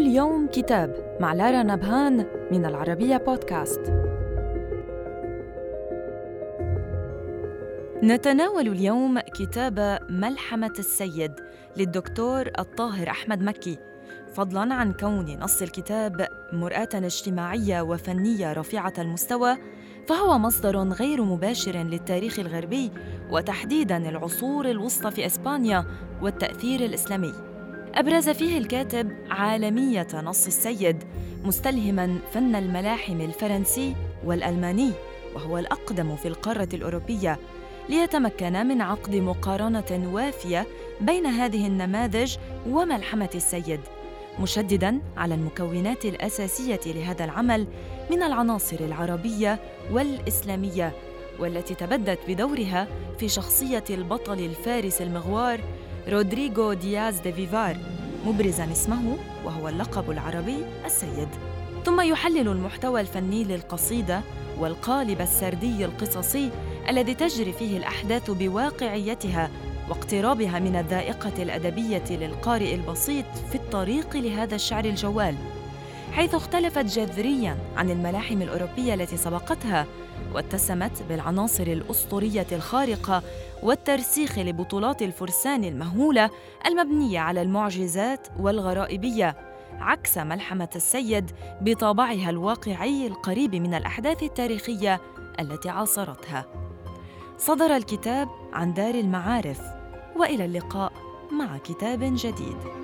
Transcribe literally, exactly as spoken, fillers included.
كل يوم كتاب مع لارا نبهان من العربية بودكاست. نتناول اليوم كتاب ملحمة السيد للدكتور الطاهر أحمد مكي. فضلاً عن كون نص الكتاب مرآة اجتماعية وفنية رفيعة المستوى، فهو مصدر غير مباشر للتاريخ الغربي وتحديداً العصور الوسطى في إسبانيا والتأثير الإسلامي. أبرز فيه الكاتب عالمية نص السيد، مستلهماً فن الملاحم الفرنسي والألماني، وهو الأقدم في القارة الأوروبية، ليتمكن من عقد مقارنة وافية بين هذه النماذج وملحمة السيد، مشدداً على المكونات الأساسية لهذا العمل من العناصر العربية والإسلامية، والتي تبدت بدورها في شخصية البطل الفارس المغوار رودريغو دياز دي فيفار، مبرزاً اسمه وهو اللقب العربي السيد. ثم يحلل المحتوى الفني للقصيدة والقالب السردي القصصي الذي تجري فيه الأحداث بواقعيتها واقترابها من الذائقة الأدبية للقارئ البسيط في الطريق لهذا الشعر الجوال، حيث اختلفت جذرياً عن الملاحم الأوروبية التي سبقتها، واتسمت بالعناصر الأسطورية الخارقة والترسيخ لبطولات الفرسان المهولة المبنية على المعجزات والغرائبية، عكس ملحمة السيد بطابعها الواقعي القريب من الأحداث التاريخية التي عاصرتها. صدر الكتاب عن دار المعارف، وإلى اللقاء مع كتاب جديد.